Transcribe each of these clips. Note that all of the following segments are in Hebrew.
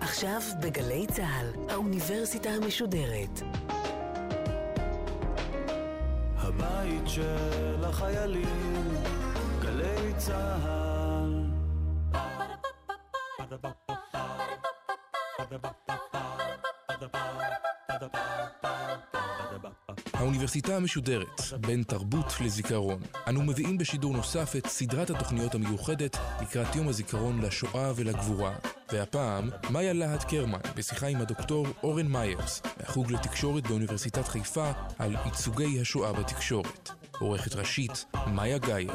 עכשיו בגלי צהל, האוניברסיטה המשודרת. הבית של החיילים, גלי צהל. האוניברסיטה המשודרת, בין תרבות לזיכרון. אנו מביאים בשידור נוסף את סדרת התוכניות המיוחדת לקראת יום הזיכרון לשואה ולגבורה. והפעם, מאיה להט קרמן בשיחה עם הדוקטור אורן מיירס, מהחוג לתקשורת באוניברסיטת חיפה, על ייצוגי השואה בתקשורת. עורכת ראשית, מאיה גייר.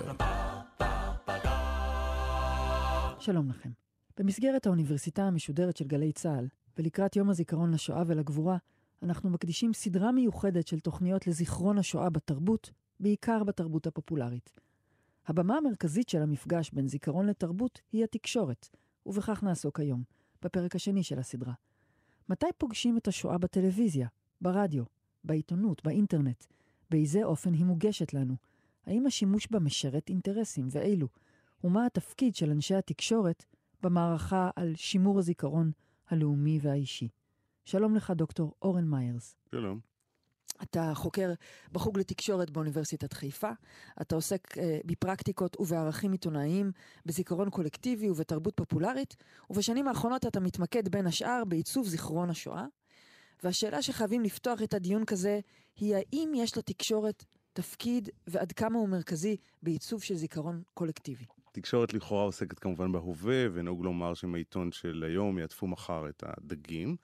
שלום לכם. במסגרת האוניברסיטה המשודרת של גלי צהל, ולקראת יום הזיכרון לשואה ולגבורה, אנחנו מקדישים סדרה מיוחדת של תוכניות לזיכרון השואה בתרבות, בעיקר בתרבות הפופולרית. הבמה המרכזית של המפגש בין זיכרון לתרבות היא התקשורת, ובכך נעסוק היום, בפרק השני של הסדרה. מתי פוגשים את השואה בטלוויזיה, ברדיו, בעיתונות, באינטרנט? באיזה אופן היא מוגשת לנו? האם השימוש בה משרת אינטרסים ואילו? ומה התפקיד של אנשי התקשורת במערכה על שימור הזיכרון הלאומי והאישי? שלום לך, דוקטור אורן מיירס. שלום. אתה חוקר בחוג לתקשורת באוניברסיטת חיפה. אתה עוסק בפרקטיקות ובערכים עיתונאיים, בזיכרון קולקטיבי ובתרבות פופולרית, ובשנים האחרונות אתה מתמקד בין השאר בעיצוב זיכרון השואה. והשאלה שחייבים לפתוח את הדיון כזה היא האם יש לתקשורת תפקיד ועד כמה הוא מרכזי בעיצוב של זיכרון קולקטיבי. תקשורת לכאורה עוסקת כמובן בהווה, ונהוג לומר שמעיתון של היום יעטפו מחר את הדגים.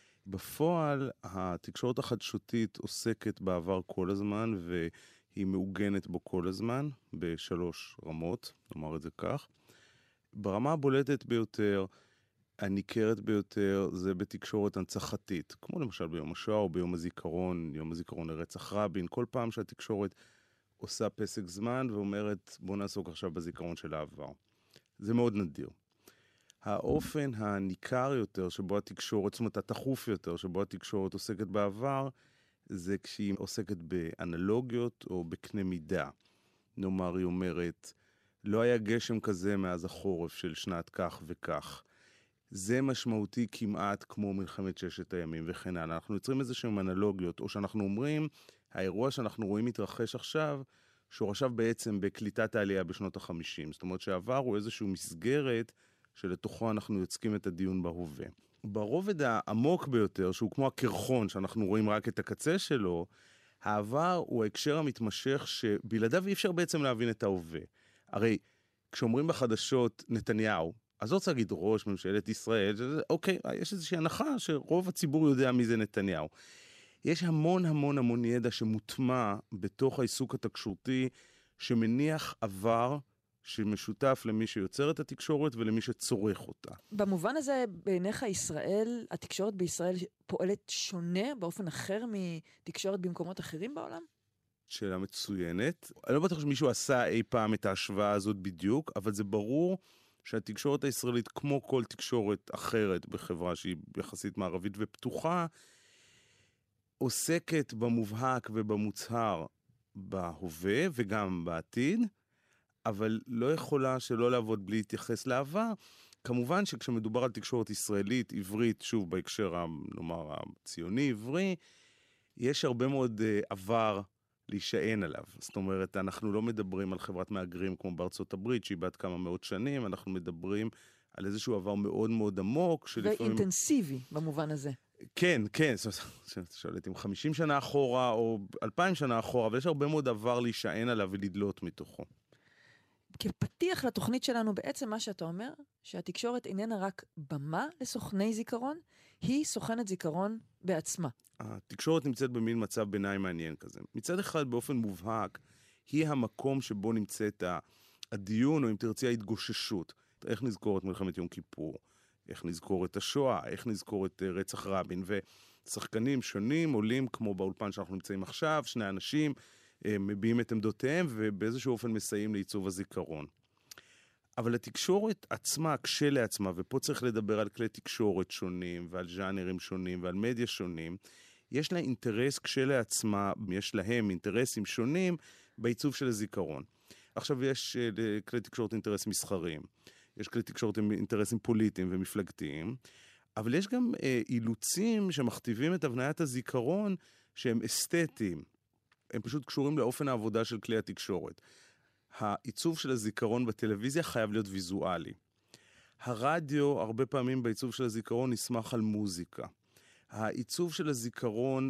בפועל, התקשורת החדשותית עוסקת בעבר כל הזמן, והיא מעוגנת בו כל הזמן, בשלוש רמות, נאמר את זה כך. ברמה הבולטת ביותר, הניכרת ביותר, זה בתקשורת הנצחתית, כמו למשל ביום השואה או ביום הזיכרון, יום הזיכרון לרצח רבין, כל פעם שהתקשורת עושה פסק זמן ואומרת, בוא נעסוק עכשיו בזיכרון של העבר. זה מאוד נדיר. האופן הניכר יותר שבו התקשורת, זאת אומרת התחוף יותר שבו התקשורת עוסקת בעבר, זה כשהיא עוסקת באנלוגיות או בקנה מידה. נאמר, היא אומרת, לא היה גשם כזה מאז החורף של שנת כך וכך. זה משמעותי כמעט כמו מלחמת ששת הימים וכן הלאה. אנחנו יוצרים איזשהם אנלוגיות, או שאנחנו אומרים, האירוע שאנחנו רואים מתרחש עכשיו, שורשיו בעצם בקליטת העלייה בשנות ה-50. זאת אומרת שהעבר הוא איזשהו מסגרת שלתוכו אנחנו יוצקים את הדיון בהווה. ברובד העמוק ביותר, שהוא כמו הקרחון, שאנחנו רואים רק את הקצה שלו, העבר הוא ההקשר המתמשך שבלעדיו אי אפשר בעצם להבין את ההווה. הרי כשאומרים בחדשות נתניהו, אז לא רוצה להגיד ראש ממשלת ישראל, אוקיי, יש איזושהי הנחה שרוב הציבור יודע מי זה נתניהו. יש המון המון המון ידע שמוטמע בתוך העיסוק התקשורתי, שמניח עבר שמשותף למי שיוצר את התקשורת ולמי שצורך אותה. במובן הזה, בעיניך ישראל, התקשורת בישראל פועלת שונה באופן אחר מתקשורת במקומות אחרים בעולם? שאלה מצוינת. אני לא בטוח שמישהו עשה אי פעם את ההשוואה הזאת בדיוק, אבל זה ברור שהתקשורת הישראלית, כמו כל תקשורת אחרת בחברה שהיא יחסית מערבית ופתוחה, עוסקת במובהק ובמוצהר בהווה וגם בעתיד, אבל לא יכולה שלא לעבוד בלי להתייחס לעבר. כמובן שכשמדובר על תקשורת ישראלית, עברית, שוב בהקשר, נאמר, הציוני, עברי, יש הרבה מאוד עבר להישען עליו. זאת אומרת, אנחנו לא מדברים על חברת מהגרים כמו בארצות הברית, שהיא בת כמה מאות שנים, אנחנו מדברים על איזשהו עבר מאוד מאוד עמוק. ואינטנסיבי במובן הזה. כן, כן, שואלת אם 50 שנה אחורה או 2000 שנה אחורה, אבל יש הרבה מאוד עבר להישען עליו ולדלות מתוכו. כפתיח לתוכנית שלנו, בעצם מה שאתה אומר, שהתקשורת איננה רק במה לסוכני זיכרון, היא סוכנת זיכרון בעצמה. התקשורת נמצאת במין מצב ביניים מעניין כזה. מצד אחד, באופן מובהק, היא המקום שבו נמצאת הדיון, או אם תרצי ההתגוששות. איך נזכור את מלחמת יום כיפור? איך נזכור את השואה? איך נזכור את רצח רבין? ושחקנים שונים עולים, כמו באולפן שאנחנו נמצאים עכשיו, שני אנשים, מביעים את עמדותיהם ובאיזשהו אופן מסייעים לעיצוב הזיכרון. אבל התקשורת עצמה, כשלעצמה, ופה צריך לדבר על כלי תקשורת שונים ועל ז'אנרים שונים ועל מדיה שונים, יש לה אינטרס כשלעצמה, יש להם אינטרסים שונים בעיצוב של הזיכרון. עכשיו יש לכלי תקשורת אינטרס מסחריים, יש כלי תקשורת עם אינטרסים פוליטיים ומפלגתיים, אבל יש גם אילוצים שמכתיבים את הבניית הזיכרון שהם אסתטיים. הם פשוט קשורים לאופן העבודה של כלי התקשורת. העיצוב של הזיכרון בטלוויזיה חייב להיות ויזואלי. הרדיו, הרבה פעמים בעיצוב של הזיכרון, נסמך על מוזיקה. העיצוב של הזיכרון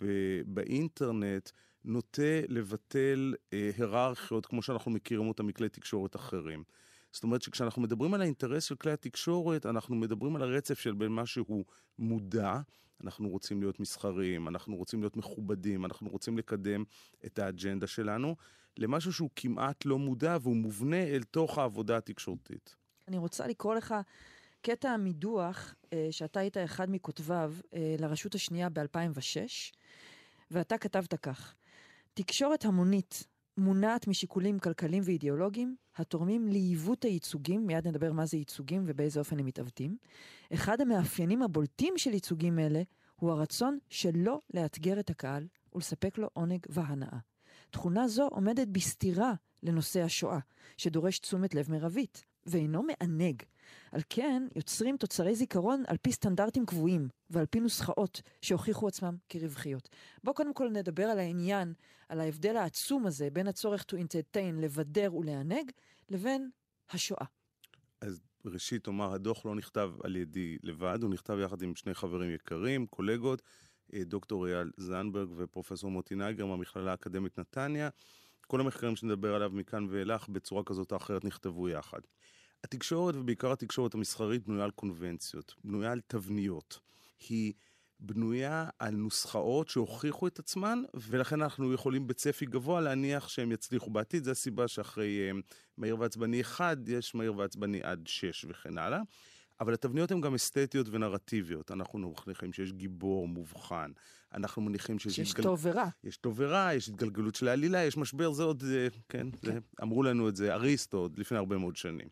באינטרנט נוטה לבטל היררכיות, כמו שאנחנו מכירים אותה מכלי תקשורת אחרים. זאת אומרת שכשאנחנו מדברים על האינטרס של כלי התקשורת, אנחנו מדברים על הרצף של בין מה שהוא מודע, אנחנו רוצים להיות מסחריים, אנחנו רוצים להיות מכובדים, אנחנו רוצים לקדם את האג'נדה שלנו, למשהו שהוא כמעט לא מודע והוא מובנה אל תוך העבודה התקשורתית. אני רוצה לקרוא לך קטע מדוח שאתה היית אחד מכותביו לרשות השנייה ב-2006, ואתה כתבת כך: תקשורת המונית מונעת משיקולים כלכליים ואידיאולוגיים, התורמים לעיוות הייצוגים, מיד נדבר מה זה ייצוגים ובאיזה אופן הם מתעוותים. אחד המאפיינים הבולטים של ייצוגים אלה הוא הרצון שלא לאתגר את הקהל ולספק לו עונג והנאה. תכונה זו עומדת בסתירה לנושא השואה, שדורש תשומת לב מרבית, ואינו מענג. על כן יוצרים תוצרי זיכרון על פי סטנדרטים קבועים ועל פי נוסחאות שהוכיחו עצמם כרווחיות. בוא קודם כל נדבר על העניין, על ההבדל העצום הזה בין הצורך to entertain, לבדר ולענג, לבין השואה. אז ראשית אומר, הדוח לא נכתב על ידי לבד, הוא נכתב יחד עם שני חברים יקרים, קולגות, דוקטור אייל זנברג ופרופסור מוטי נייגר מהמכללה האקדמית נתניה. כל המחקרים שנדבר עליו מכאן ואילך בצורה כזאת או אחרת נכתבו יחד. התקשורת, ובעיקר התקשורת המסחרית, בנויה על קונבנציות, בנויה על תבניות. היא בנויה על נוסחאות שהוכיחו את עצמן, ולכן אנחנו יכולים בצפי גבוה להניח שהם יצליחו בעתיד. זו הסיבה שאחרי מהיר ועצבני 1, יש מהיר ועצבני עד 6 וכן הלאה. אבל התבניות הן גם אסתטיות ונרטיביות. אנחנו מניחים שיש גיבור מובחן. אנחנו מניחים שיש טוב ורע. יש טוב ורע, יש התגלגלות של העלילה, יש משבר, זה עוד, כן, זה, אמרו לנו את זה אריסטו עוד לפני הרבה מאוד שנים.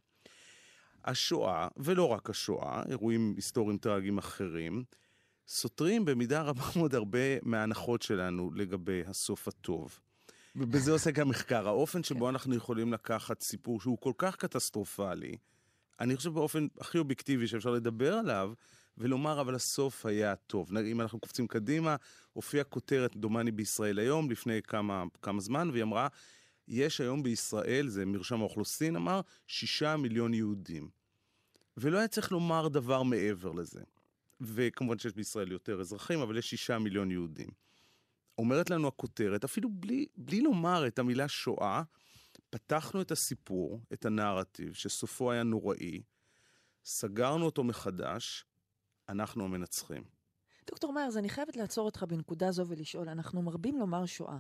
השואה, ולא רק השואה, אירועים היסטוריים טרגיים אחרים, סותרים במידה רבה מאוד הרבה מההנחות שלנו לגבי הסוף הטוב. ובזה עוסק המחקר. האופן שבו אנחנו יכולים לקחת סיפור שהוא כל כך קטסטרופלי, אני חושב באופן הכי אובייקטיבי שאפשר לדבר עליו, ולומר אבל הסוף היה טוב. אם אנחנו קופצים קדימה, הופיעה כותרת דומני בישראל היום, לפני כמה זמן, והיא אמרה, יש היום בישראל, זה מרשם האוכלוסין אמר, 6 מיליון יהודים. ולא היה צריך לומר דבר מעבר לזה. וכמובן שיש בישראל יותר אזרחים, אבל יש 6 מיליון יהודים. אומרת לנו הכותרת, אפילו בלי לומר את המילה שואה, פתחנו את הסיפור, את הנרטיב, שסופו היה נוראי, סגרנו אותו מחדש, אנחנו המנצחים. דוקטור מאייר, אני חייבת לעצור אותך בנקודה זו ולשאול, אנחנו מרבים לומר שואה.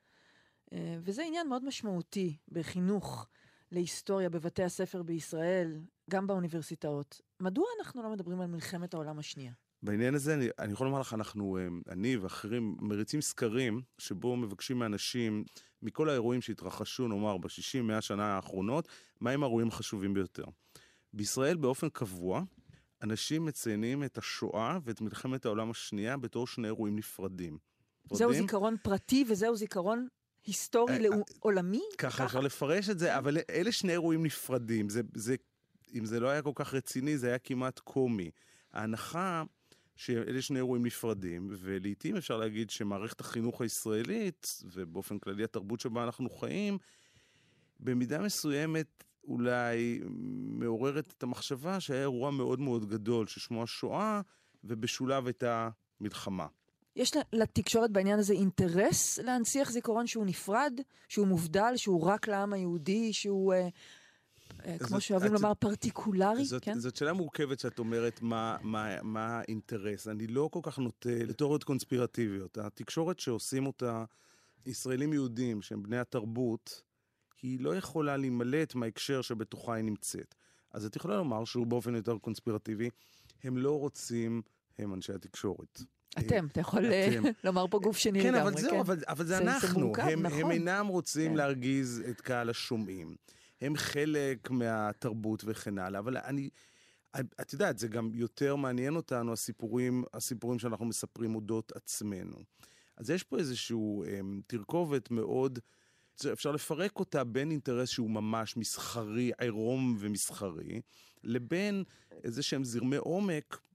וזה עניין מאוד משמעותי בחינוך להיסטוריה בבתי הספר בישראל, גם באוניברסיטאות. מדוע אנחנו לא מדברים על מלחמת העולם השנייה? בעניין הזה אני יכול לומר לך, אני ואחרים מריצים סקרים שבו מבקשים מאנשים מכל האירועים שהתרחשו, נאמר, ב-60-100 שנה האחרונות, מה הם האירועים החשובים ביותר. בישראל באופן קבוע, אנשים מציינים את השואה ואת מלחמת העולם השנייה בתור שני אירועים נפרדים. זהו זיכרון פרטי וזהו זיכרון היסטורי עולמי? ככה אפשר לפרש את זה, אבל אלה שני אירועים נפרדים. אם זה לא היה כל כך רציני, זה היה כמעט קומי. ההנחה שאלה שני אירועים נפרדים, ולעיתים אפשר להגיד שמערכת החינוך הישראלית, ובאופן כללי התרבות שבה אנחנו חיים, במידה מסוימת אולי מעוררת את המחשבה שהיה אירוע מאוד מאוד גדול, ששמו השואה, ובשולב את המלחמה. יש לתקשורת בעניין הזה אינטרס להנציח זיכרון שהוא נפרד, שהוא מובדל, שהוא רק לעם היהודי, שהוא, כמו שאוהבים לומר, פרטיקולרי? זאת שאלה מורכבת שאת אומרת מה האינטרס. אני לא כל כך נוטה לתיאוריות קונספירטיביות. התקשורת שעושים אותה ישראלים יהודים, שהם בני התרבות, היא לא יכולה להימלט מההקשר שבתוכה היא נמצאת. אז את יכולה לומר שהוא באופן יותר קונספירטיבי, הם לא רוצים, הם אנשי התקשורת. אתה יכול לומר פה גוף שני לגמרי. כן, אבל זהו, אבל זה אנחנו. הם אינם רוצים להרגיז את קהל השומעים. הם חלק מהתרבות וכן הלאה, אבל את יודעת, זה גם יותר מעניין אותנו, הסיפורים שאנחנו מספרים אודות עצמנו. אז יש פה איזשהו תרכובת מאוד, אפשר לפרק אותה בין אינטרס שהוא ממש מסחרי, עירום ומסחרי, לבין איזה שהם זרמי עומק,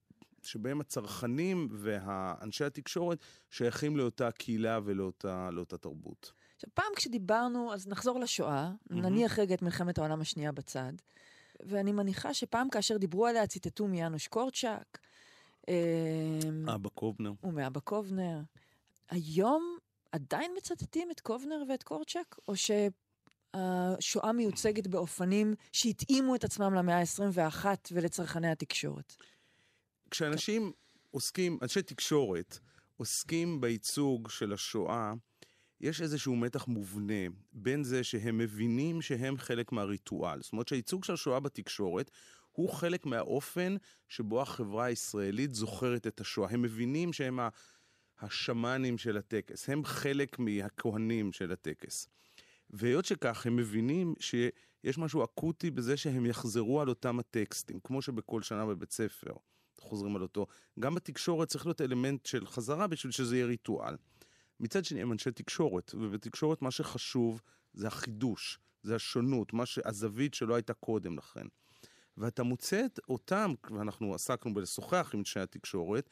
שבהם הצרכנים והאנשי התקשורת שייכים לאותה קהילה ולאותה תרבות. עכשיו, פעם כשדיברנו, אז נחזור לשואה, נניח רגע את מלחמת העולם השנייה בצד, ואני מניחה שפעם כאשר דיברו עליה, ציטטו מיאנוש קורצ'אק, אבא קובנר. ומאבא קובנר. היום עדיין מצטטים את קובנר ואת קורצ'אק, או שהשואה מיוצגת באופנים שהתאימו את עצמם למאה ה-21 ולצרכני התקשורת? כשאנשים עוסקים, אנשי תקשורת, עוסקים בייצוג של השואה, יש איזשהו מתח מובנה בין זה שהם מבינים שהם חלק מהריטואל. זאת אומרת שהייצוג של השואה בתקשורת הוא חלק מהאופן שבו החברה הישראלית זוכרת את השואה. הם מבינים שהם השמנים של הטקס, הם חלק מהכהנים של הטקס. והיות שכך, הם מבינים שיש משהו אקוטי בזה שהם יחזרו על אותם הטקסטים, כמו שבכל שנה בבית ספר חוזרים על אותו. גם בתקשורת צריך להיות אלמנט של חזרה בשביל שזה יהיה ריטואל. מצד שני, הם אנשי תקשורת, ובתקשורת מה שחשוב זה החידוש, זה השונות, הזווית שלא הייתה קודם לכן. ואתה מוצא אותם, ואנחנו עסקנו בלשוחח עם אנשי התקשורת,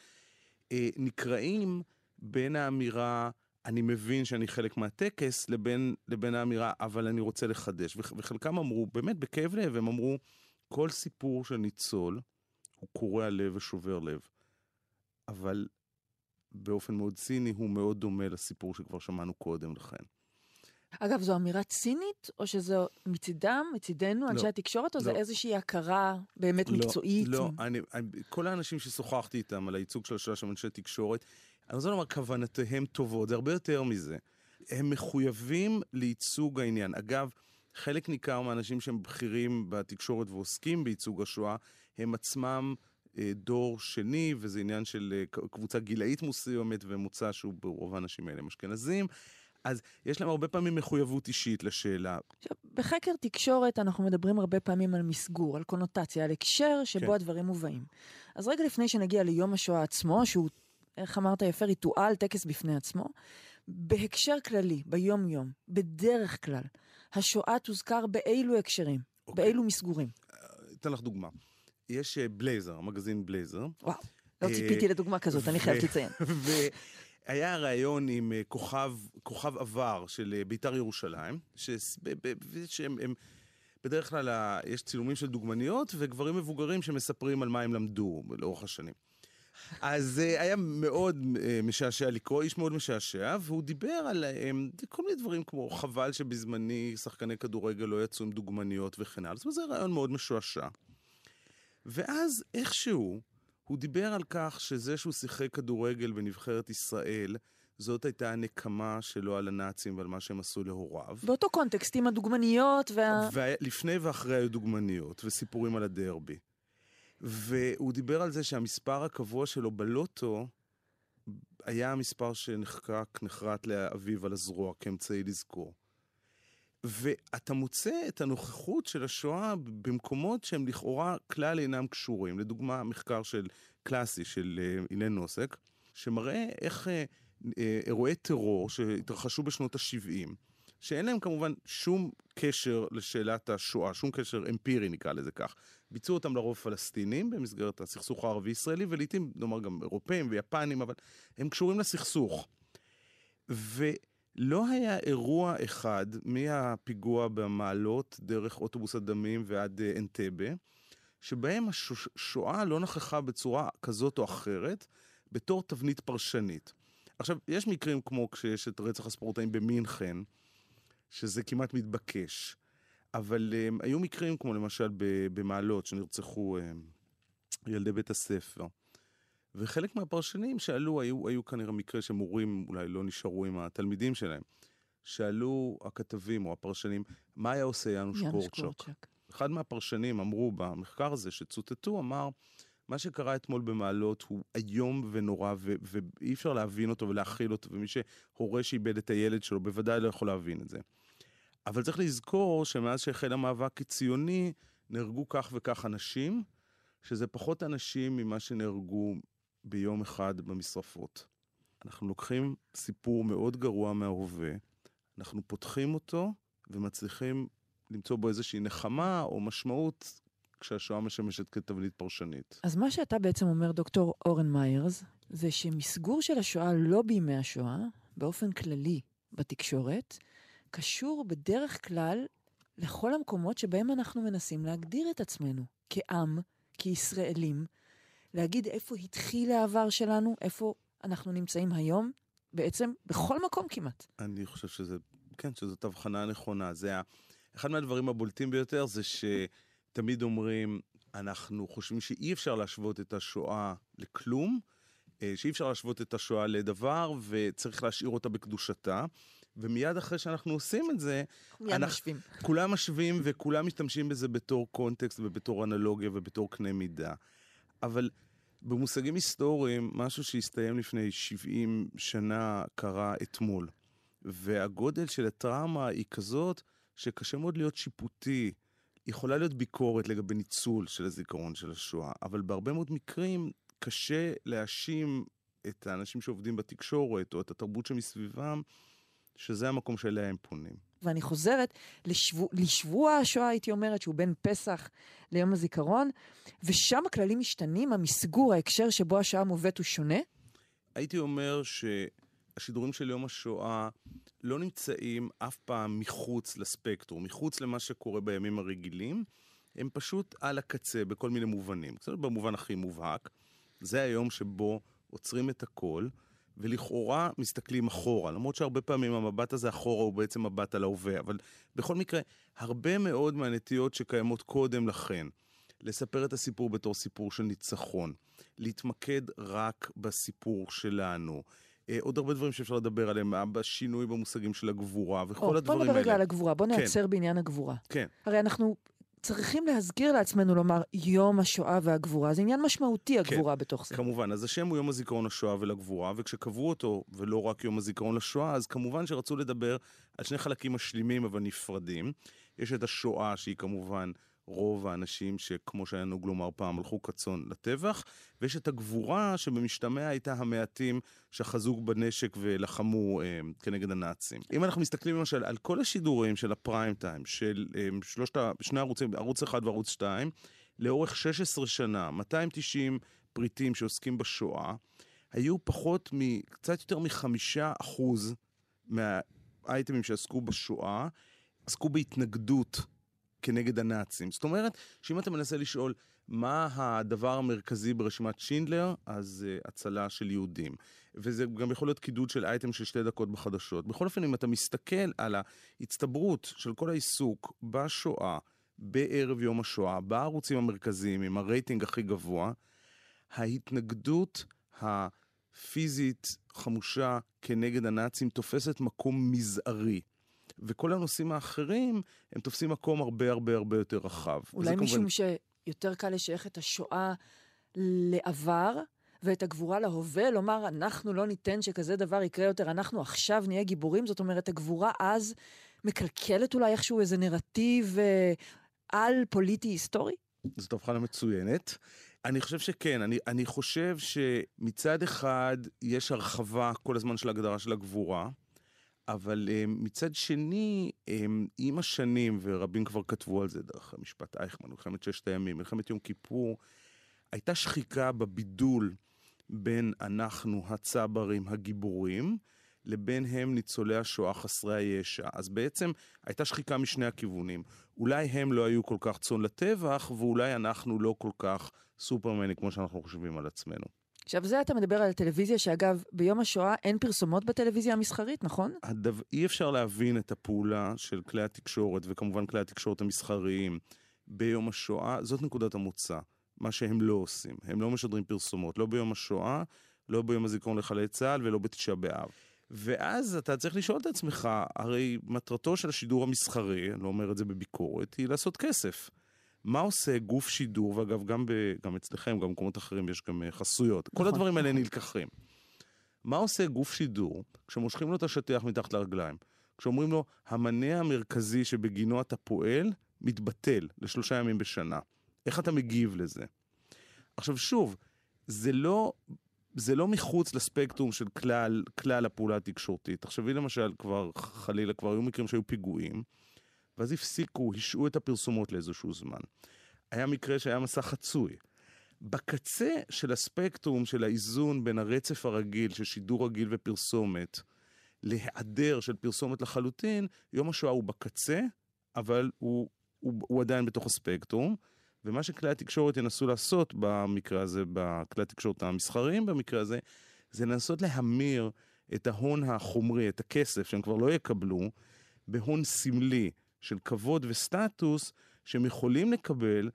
נקראים בין האמירה, אני מבין שאני חלק מהטקס, לבין האמירה, אבל אני רוצה לחדש. וחלקם אמרו, באמת בכאב לב, הם אמרו, כל סיפור של ניצול, הוא קורע לב ושובר לב. אבל באופן מאוד ציני, הוא מאוד דומה לסיפור שכבר שמענו קודם לכן. אגב, זו אמירה צינית, או שזו מצידנו, אנשי התקשורת, או זה איזושהי הכרה באמת מקצועית? לא, כל האנשים ששוחחתי איתם על הייצוג של השואה של אנשי תקשורת, אני רוצה לומר, כוונותיהם טובות, זה הרבה יותר מזה. הם מחויבים לייצוג העניין. אגב, חלק ניכר מהאנשים שהם בכירים בתקשורת ועוסקים בייצוג השואה, הם עצמם דור שני, וזה עניין של קבוצה גילאית מסוימת, ומוצא שהוא ברוב האנשים האלה אשכנזים. אז יש להם הרבה פעמים מחויבות אישית לשאלה. עכשיו, בחקר תקשורת אנחנו מדברים הרבה פעמים על מסגור, על קונוטציה, על הקשר שבו הדברים מובאים. אז רגע לפני שנגיע ליום השואה עצמו, שהוא, איך אמרת יפה, ריטואל, טקס בפני עצמו, בהקשר כללי, ביום יום, בדרך כלל, השואה תוזכר באילו הקשרים, באילו מסגורים. אתן לך דוגמה. יש בלייזר, מגזין בלייזר. וואו, לא ציפיתי לדוגמה כזאת, אני חייבת לציין. היה רעיון עם כוכב עבר של בית"ר ירושלים, שהם בדרך כלל יש צילומים של דוגמניות וגברים מבוגרים שמספרים על מה הם למדו לאורך השנים. אז היה מאוד משעשע לקרוא, איש מאוד משעשע, והוא דיבר על כל מיני דברים כמו חבל שבזמני שחקני כדורגל לא יצאו עם דוגמניות וכן הלאה. זה רעיון מאוד משועשע. ואז איכשהו הוא דיבר על כך שזה שהוא שיחק כדורגל בנבחרת ישראל, זאת הייתה הנקמה שלו על הנאצים ועל מה שהם עשו להוריו. באותו קונטקסט עם הדוגמניות לפני ואחרי היו דוגמניות וסיפורים על הדרבי. והוא דיבר על זה שהמספר הקבוע שלו בלוטו היה המספר שנחרט לאביו על הזרוע כאמצעי לזכור. ואתה מוצא את הנוכחות של השואה במקומות שהם לכאורה כלל אינם קשורים. לדוגמה, מחקר קלאסי של אילן נוסק, שמראה איך אירועי טרור שהתרחשו בשנות ה-70, שאין להם כמובן שום קשר לשאלת השואה, שום קשר אמפירי נקרא לזה כך. ביצעו אותם לרוב פלסטינים במסגרת הסכסוך הערבי-ישראלי, ולעיתים, נאמר גם אירופאים ויפנים, אבל הם קשורים לסכסוך. לא היה אירוע אחד מהפיגוע במעלות דרך אוטובוס הדמים ועד אנטבה, שבהם השואה לא נכחה בצורה כזאת או אחרת, בתור תבנית פרשנית. עכשיו, יש מקרים כמו כשיש את רצח הספורטאים במינכן, שזה כמעט מתבקש, אבל היו מקרים כמו למשל במעלות שנרצחו ילדי בית הספר. וחלק מהפרשנים שאלו, היו כנראה מקרה שמורים אולי לא נשארו עם התלמידים שלהם, שאלו הכתבים או הפרשנים, מה היה עושה יאנוש קורצ'אק? אחד מהפרשנים אמרו במחקר הזה שצוטטו, אמר, מה שקרה אתמול במעלות הוא איום ונורא, ואי אפשר להבין אותו ולהכיל אותו, ומי שהורה שאיבד את הילד שלו בוודאי לא יכול להבין את זה. אבל צריך לזכור שמאז שהחל המאבק הציוני, נהרגו כך וכך אנשים, שזה פחות אנשים ממה שנהרגו ביום אחד במשרפות. אנחנו לוקחים סיפור מאוד גרוע מההווה, אנחנו פותחים אותו ומצליחים למצוא בו איזושהי נחמה או משמעות כשהשואה משמשת כתבנית פרשנית. אז מה שאתה בעצם אומר, דוקטור אורן מיירס, זה שמסגור של השואה לא בימי השואה, באופן כללי בתקשורת, קשור בדרך כלל לכל המקומות שבהם אנחנו מנסים להגדיר את עצמנו, כעם, כישראלים, להגיד איפה התחיל העבר שלנו, איפה אנחנו נמצאים היום, בעצם בכל מקום כמעט. אני חושב שזאת הבחנה נכונה. אחד מהדברים הבולטים ביותר זה שתמיד אומרים, אנחנו חושבים שאי אפשר להשוות את השואה לכלום, שאי אפשר להשוות את השואה לדבר, וצריך להשאיר אותה בקדושתה, ומיד אחרי שאנחנו עושים את זה, כולם משווים וכולם משתמשים בזה בתור קונטקסט ובתור אנלוגיה ובתור קנה מידה. אבל במושגים היסטוריים, משהו שהסתיים לפני 70 שנה קרה אתמול. והגודל של הטראומה היא כזאת שקשה מאוד להיות שיפוטי. יכולה להיות ביקורת לגבי ניצול של הזיכרון של השואה, אבל בהרבה מאוד מקרים קשה להאשים את האנשים שעובדים בתקשורת או את התרבות שמסביבם, שזה המקום שאליה הם פונים. ואני חוזרת לשבוע השואה, הייתי אומרת, שהוא בין פסח ליום הזיכרון, ושם הכללים משתנים, המסגור, ההקשר שבו השואה מובאת הוא שונה? הייתי אומר שהשידורים של יום השואה לא נמצאים אף פעם מחוץ לספקטרום, מחוץ למה שקורה בימים הרגילים, הם פשוט על הקצה בכל מיני מובנים. קצת במובן הכי מובהק, זה היום שבו עוצרים את הכל, ולכאורה מסתכלים אחורה, למרות שהרבה פעמים המבט הזה אחורה הוא בעצם מבט על ההווה, אבל בכל מקרה, הרבה מאוד מהנטיות שקיימות קודם לכן, לספר את הסיפור בתור סיפור של ניצחון, להתמקד רק בסיפור שלנו, עוד הרבה דברים שאפשר לדבר עליהם, בשינוי במושגים של הגבורה, וכל הדברים האלה. בוא נדבר רגע על הגבורה, בוא נעצר בעניין הגבורה. כן. הרי אנחנו צריכים להזכיר לעצמנו לומר יום השואה והגבורה, זה עניין משמעותי הגבורה בתוך זה. כמובן, אז השם הוא יום הזיכרון לשואה ולגבורה, וכשקבעו אותו, ולא רק יום הזיכרון לשואה, אז כמובן שרצו לדבר על שני חלקים משלימים אבל נפרדים. יש את השואה שהיא כמובן רוב האנשים שכמו שהיה נהוג לומר פעם הלכו כצאן לטבח, ויש את הגבורה שבמשתמע הייתה המעטים שחזו בנשק ולחמו כנגד הנאצים. אם אנחנו מסתכלים למשל על כל השידורים של הפריים טיים, של שני ערוצים, ערוץ 1 וערוץ 2, לאורך 16 שנה, 290 פריטים שעוסקים בשואה, היו פחות קצת יותר מ5% מהאייטמים שעסקו בשואה, עסקו בהתנגדות כנגד הנאצים. זאת אומרת, שאם אתה מנסה לשאול מה הדבר המרכזי ברשימת שינדלר, אז הצלה של יהודים. וזה גם יכול להיות קידוד של אייטם של 2 דקות בחדשות. בכל אופן, אם אתה מסתכל על ההצטברות של כל העיסוק בשואה, בערב יום השואה, בערוצים המרכזיים, עם הרייטינג הכי גבוה, ההתנגדות הפיזית חמושה כנגד הנאצים תופסת מקום מזערי. וכל הנושאים האחרים, הם תופסים מקום הרבה הרבה הרבה יותר רחב. אולי משום שיותר קל לשייך את השואה לעבר, ואת הגבורה להווה, לומר, אנחנו לא ניתן שכזה דבר יקרה יותר, אנחנו עכשיו נהיה גיבורים, זאת אומרת, הגבורה אז מקלקלת אולי איכשהו איזה נרטיב על פוליטי היסטורי? זאת הבחנה מצוינת. אני חושב שכן, אני חושב שמצד אחד יש הרחבה כל הזמן של ההגדרה של הגבורה, אבל מצד שני, עם השנים, ורבים כבר כתבו על זה דרך המשפט אייכמן, מלחמת 6 הימים, מלחמת יום כיפור, הייתה שחיקה בבידול בין אנחנו הצברים הגיבורים, לבין הם ניצולי השואה חסרי הישע. אז בעצם הייתה שחיקה משני הכיוונים. אולי הם לא היו כל כך צאן לטבח, ואולי אנחנו לא כל כך סופרמני כמו שאנחנו חושבים על עצמנו. עכשיו זה אתה מדבר על הטלוויזיה, שאגב ביום השואה אין פרסומות בטלוויזיה המסחרית, נכון? אי אפשר להבין את הפעולה של כלי התקשורת, וכמובן כלי התקשורת המסחריים, ביום השואה, זאת נקודת המוצא. מה שהם לא עושים. הם לא משדרים פרסומות, לא ביום השואה, לא ביום הזיכרון לחללי צה"ל, ולא בתשעה באב. ואז אתה צריך לשאול את עצמך, הרי מטרתו של השידור המסחרי, אני לא אומר את זה בביקורת, היא לעשות כסף. מה עושה גוף שידור, ואגב, גם אצלכם, גם במקומות אחרים, יש גם חסויות. כל הדברים האלה נלקחים. מה עושה גוף שידור כשמושכים לו את השטיח מתחת לרגליים? כשאומרים לו, המניע המרכזי שבגינו אתה פועל, מתבטל ל3 ימים בשנה. איך אתה מגיב לזה? עכשיו שוב, זה לא מחוץ לספקטרום של כלל הפעולה התקשורתית. תחשבי למשל, חלילה, כבר היו מקרים שהיו פיגועים, ואז הפסיקו, השעו את הפרסומות לאיזשהו זמן. היה מקרה שהיה מסך חצוי. בקצה של הספקטרום של האיזון בין הרצף הרגיל של שידור רגיל ופרסומת, להיעדר של פרסומת לחלוטין, יום השואה הוא בקצה, אבל הוא עדיין בתוך הספקטרום, ומה שכלי התקשורת ינסו לעשות במקרה הזה, בכלי התקשורת המסחריים במקרה הזה, זה לנסות להמיר את ההון החומרי, את הכסף שהם כבר לא יקבלו, בהון סמלי של כבוד וסטטוס שהם יכולים לקבל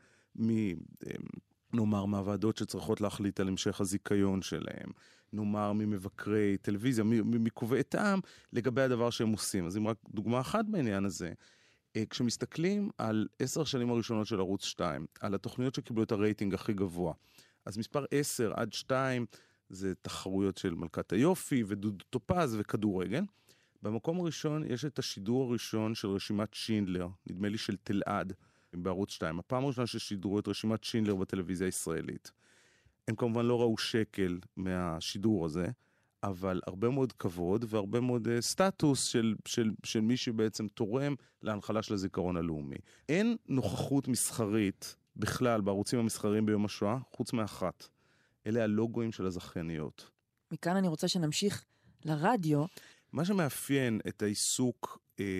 נאמר מהוועדות שצריכות להחליט על המשך הזיכיון שלהם, נאמר ממבקרי טלוויזיה, מקובעי טעם לגבי הדבר שהם עושים. אז אם רק דוגמה אחת בעניין הזה, כשמסתכלים על 10 שנים הראשונות של ערוץ 2, על התוכניות שקיבלו את הרייטינג הכי גבוה, אז מספר 10 עד 2 זה תחרויות של מלכת היופי ודודו טופז וכדורגל. במקום הראשון יש את השידור הראשון של רשימת שינדלר, נדמה לי של תלעד, בערוץ 2. הפעם הראשונה ששידרו את רשימת שינדלר בטלוויזיה הישראלית. הם כמובן לא ראו שקל מהשידור הזה, אבל הרבה מאוד כבוד והרבה מאוד סטטוס של מי שבעצם תורם להנחלה של הזיכרון הלאומי. אין נוכחות מסחרית בכלל בערוצים המסחריים ביום השואה, חוץ מאחת. אלה הלוגויים של הזכייניות. מכאן אני רוצה שנמשיך לרדיו. מה שמאפיין את העיסוק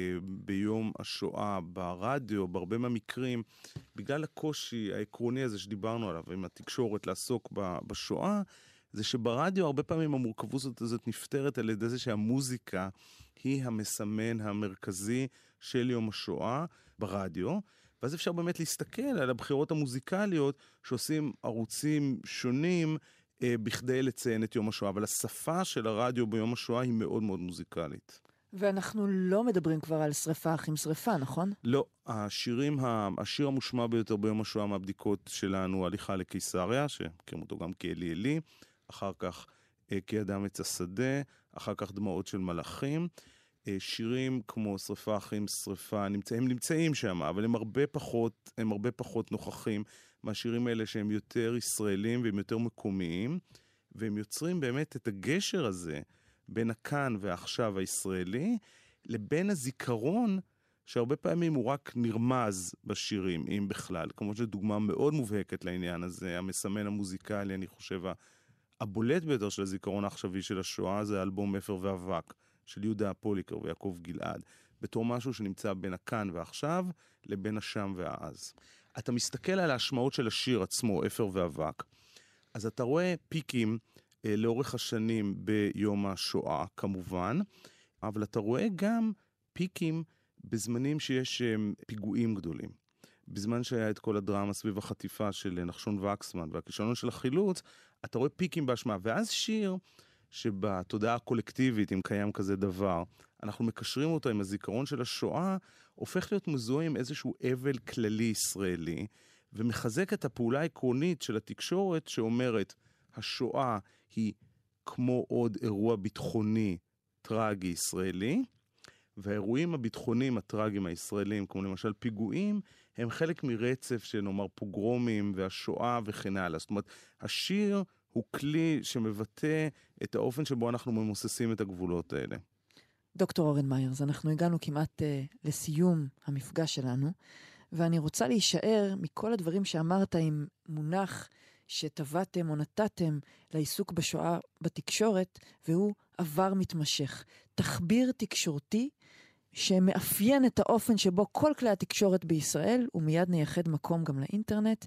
ביום השואה ברדיו, בהרבה מהמקרים, בגלל הקושי העקרוני הזה שדיברנו עליו, עם התקשורת לעסוק בשואה, זה שברדיו הרבה פעמים המורכבות הזאת נפתרת על ידי זה שהמוזיקה היא המסמן המרכזי של יום השואה ברדיו, ואז אפשר באמת להסתכל על הבחירות המוזיקליות שעושים ערוצים שונים בכדי לציין את יום השואה, אבל השפה של הרדיו ביום השואה היא מאוד מאוד מוזיקלית. ואנחנו לא מדברים כבר על שריפה אחים שריפה, נכון? לא, השיר המושמע ביותר ביום השואה מהבדיקות שלנו, הליכה לקיסריה, שמכירים אותו גם כאלי אלי, אחר כך כי אדם עץ השדה, אחר כך דמעות של מלאכים. שירים כמו שריפה אחים שריפה הם נמצאים שם, אבל הם הרבה פחות נוכחים מהשירים האלה שהם יותר ישראלים והם יותר מקומיים, והם יוצרים באמת את הגשר הזה בין הכאן והעכשיו הישראלי, לבין הזיכרון שהרבה פעמים הוא רק נרמז בשירים, אם בכלל. כמו שדוגמה מאוד מובהקת לעניין הזה, המסמן המוזיקלי, אני חושב, הבולט ביותר של הזיכרון העכשווי של השואה, זה האלבום אפר ואבק, של יהודה הפוליקר ויעקב גלעד, בתור משהו שנמצא בין הכאן ועכשיו, לבין השם והאז. אתה מסתכל על ההשמעות של השיר עצמו, אפר ואבק, אז אתה רואה פיקים לאורך השנים ביום השואה, כמובן, אבל אתה רואה גם פיקים בזמנים שיש פיגועים גדולים. בזמן שהיה את כל הדרמה סביב החטיפה של נחשון וקסמן והכישלון של החילוץ, אתה רואה פיקים בהשמעה, ואז שיר שבתודעה הקולקטיבית, אם קיים כזה דבר, אנחנו מקשרים אותו עם הזיכרון של השואה, הופך להיות מזוהה עם איזשהו אבל כללי ישראלי, ומחזק את הפעולה העקרונית של התקשורת שאומרת, השואה היא כמו עוד אירוע ביטחוני טרגי ישראלי, והאירועים הביטחוניים הטרגיים הישראלים, כמו למשל פיגועים, הם חלק מרצף שנאמר פוגרומים והשואה וכן הלאה. זאת אומרת, השיר הוא כלי שמבטא את האופן שבו אנחנו ממוססים את הגבולות האלה. דוקטור אורן מיירס, אנחנו הגענו כמעט לסיום המפגש שלנו, ואני רוצה להישאר מכל הדברים שאמרת עם מונח שטבעתם או נתתם לעיסוק בשואה בתקשורת, והוא עבר מתמשך. תחביר תקשורתי שמאפיין את האופן שבו כל כלי התקשורת בישראל, ומיד נייחד מקום גם לאינטרנט,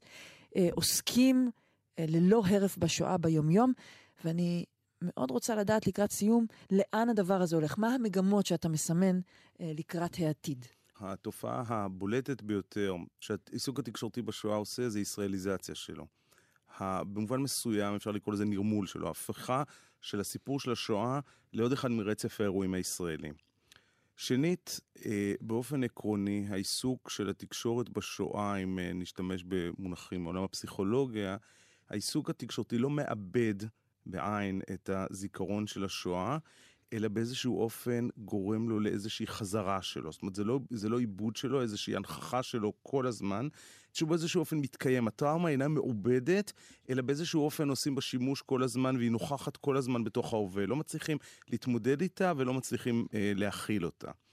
עוסקים ללא הרף בשואה ביומיום, ואני מאוד רוצה לדעת לקראת סיום, לאן הדבר הזה הולך? מה המגמות שאתה מסמן לקראת העתיד? התופעה הבולטת ביותר שהעיסוק התקשורתי בשואה עושה, זה ישראליזציה שלו. במובן מסוים אפשר לקרוא לזה נרמול שלו, ההפכה של הסיפור של השואה לעוד אחד מרצף האירועים הישראלים. שנית, באופן עקרוני, העיסוק של התקשורת בשואה, אם נשתמש במונחים מעולם הפסיכולוגיה, העיסוק התקשורתי לא מאבד בעין את הזיכרון של השואה, אלא באיזשהו אופן גורם לו לאיזושהי חזרה שלו. זאת אומרת, זה לא עיבוד שלו, איזושהי הנכחה שלו כל הזמן, שהוא באיזשהו אופן מתקיים. הטראומה אינה מעובדת, אלא באיזשהו אופן עושים בשימוש כל הזמן, והיא נוכחת כל הזמן בתוך ההווה. לא מצליחים להתמודד איתה ולא מצליחים להכיל אותה.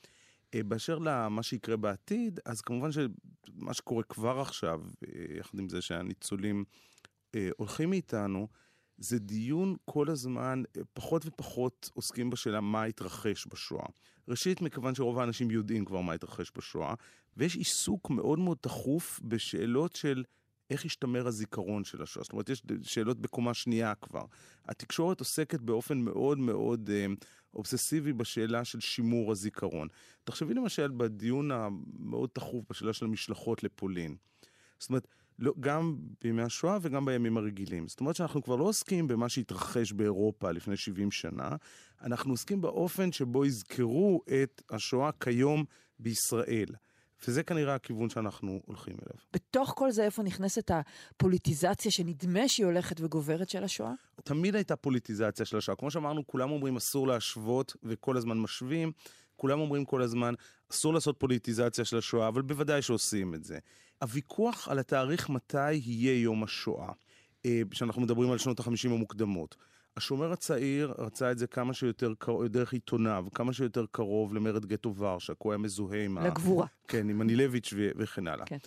באשר למה שיקרה בעתיד, אז כמובן שמה שקורה כבר עכשיו, יחד עם זה שהניצולים הולכים מאיתנו, זה דיון כל הזמן, פחות ופחות עוסקים בשאלה מה התרחש בשואה. ראשית, מכיוון שרוב האנשים יודעים כבר מה התרחש בשואה, ויש עיסוק מאוד מאוד תחוף בשאלות של איך ישתמר הזיכרון של השואה. זאת אומרת, יש שאלות בקומה שנייה כבר. התקשורת עוסקת באופן מאוד מאוד אובססיבי בשאלה של שימור הזיכרון. תחשבי למשל בדיון המאוד תחוף בשאלה של המשלחות לפולין. זאת אומרת, לא, גם בימי השואה וגם בימים הרגילים. זאת אומרת שאנחנו כבר לא עוסקים במה שהתרחש באירופה לפני 70 שנה, אנחנו עוסקים באופן שבו יזכרו את השואה כיום בישראל. וזה כנראה הכיוון שאנחנו הולכים אליו. בתוך כל זה איפה נכנסת הפוליטיזציה שנדמה שהיא הולכת וגוברת של השואה? תמיד הייתה פוליטיזציה של השואה. כמו שאמרנו, כולם אומרים אסור להשוות וכל הזמן משווים. כולם אומרים כל הזמן אסור לעשות פוליטיזציה של השואה, אבל בוודאי שעושים את זה. הוויכוח על התאריך מתי יהיה יום השואה, שאנחנו מדברים על שנות ה-50 המוקדמות. השומר הצעיר רצה את זה כמה שיותר דרך עיתוניו, כמה שיותר קרוב למרד גטו ורשה, הוא היה מזוהה עם לגבורה. כן, עם אנילביץ' וכן הלאה. כן.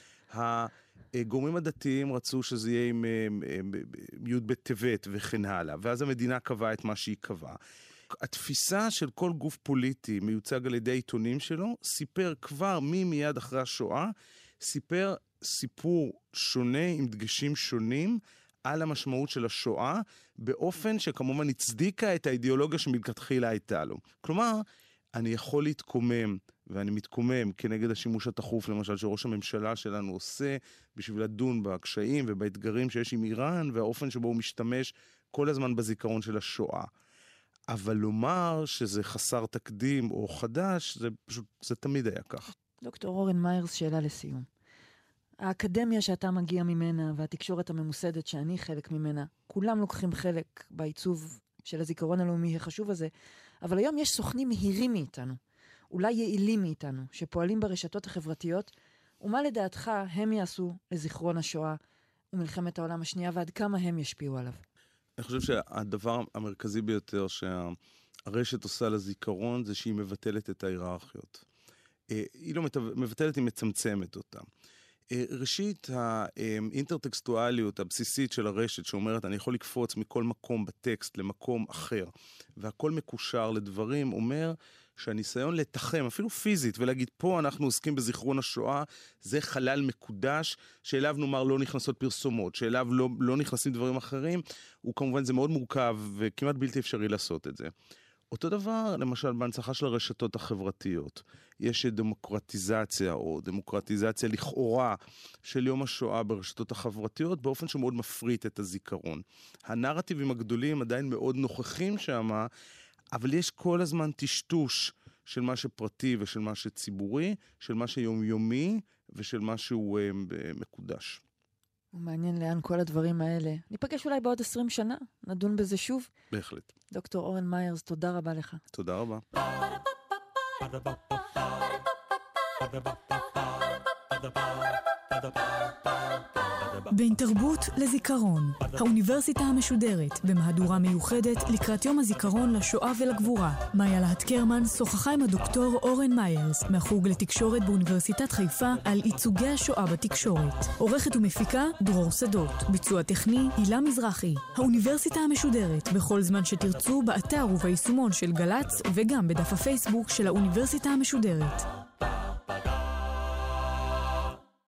הגורמים הדתיים רצו שזה יהיה עם י' בטבת וכן הלאה, ואז המדינה קבעה את מה שהיא קבעה. התפיסה של כל גוף פוליטי מיוצג על ידי העיתונים שלו, סיפר כבר מיד אחרי השואה, סיפר סיפור שונה עם דגשים שונים על המשמעות של השואה, באופן שכמובן הצדיקה את האידיאולוגיה שמלכתחילה הייתה לו. כלומר, אני יכול להתקומם, ואני מתקומם כנגד השימוש התחוף, למשל, שראש הממשלה שלנו עושה, בשביל לדון בקשיים ובאתגרים שיש עם איראן, והאופן שבו הוא משתמש כל הזמן בזיכרון של השואה. אבל לומר שזה חסר תקדים או חדש, זה תמיד היה כך. דוקטור אורן מיירס, שאלה לסיום. האקדמיה שאתה מגיע ממנה והתקשורת הממוסדת שאני חלק ממנה, כולם לוקחים חלק בעיצוב של הזיכרון הלאומי החשוב הזה, אבל היום יש סוכנים מהירים מאיתנו, אולי יעילים מאיתנו, שפועלים ברשתות החברתיות, ומה לדעתך הם יעשו לזיכרון השואה ומלחמת העולם השנייה, ועד כמה הם ישפיעו עליו? אני חושב שהדבר המרכזי ביותר שהרשת עושה לזיכרון, זה שהיא מבטלת את ההיררכיות. היא לא מבטלת, היא מצמצמת אותה. ראשית, האינטרטקסטואליות הבסיסית של הרשת, שאומרת, אני יכול לקפוץ מכל מקום בטקסט למקום אחר, והכל מקושר לדברים, אומר שהניסיון לתחם, אפילו פיזית, ולהגיד, פה אנחנו עוסקים בזיכרון השואה, זה חלל מקודש, שאליו נאמר לא נכנסות פרסומות, שאליו לא נכנסים דברים אחרים, וכמובן זה מאוד מורכב, וכמעט בלתי אפשרי לעשות את זה. אותו דבר, למשל, בהנצחה של הרשתות החברתיות. יש דמוקרטיזציה, או דמוקרטיזציה לכאורה של יום השואה ברשתות החברתיות, באופן שמאוד מפריט את הזיכרון. הנרטיבים הגדולים עדיין מאוד נוכחים שם, אבל יש כל הזמן טשטוש של מה שפרטי ושל מה שציבורי, של מה שיומיומי ושל מה שהוא מקודש. מעניין לאן כל הדברים האלה. ניפגש אולי בעוד 20 שנה, נדון בזה שוב. בהחלט. דוקטור אורן מיירס, תודה רבה לך. תודה רבה. בין תרבות לזיכרון, האוניברסיטה המשודרת במהדורה מיוחדת לקראת יום הזיכרון לשואה ולגבורה. מאיה להט קרמן שוחחה עם הדוקטור אורן מיירס מהחוג לתקשורת באוניברסיטת חיפה על ייצוגי השואה בתקשורת. עורכת ומפיקה דרור שדות, ביצוע טכני הילה מזרחי. האוניברסיטה המשודרת בכל זמן שתרצו באתר וביישומון של גלץ וגם בדף הפייסבוק של האוניברסיטה המשודרת.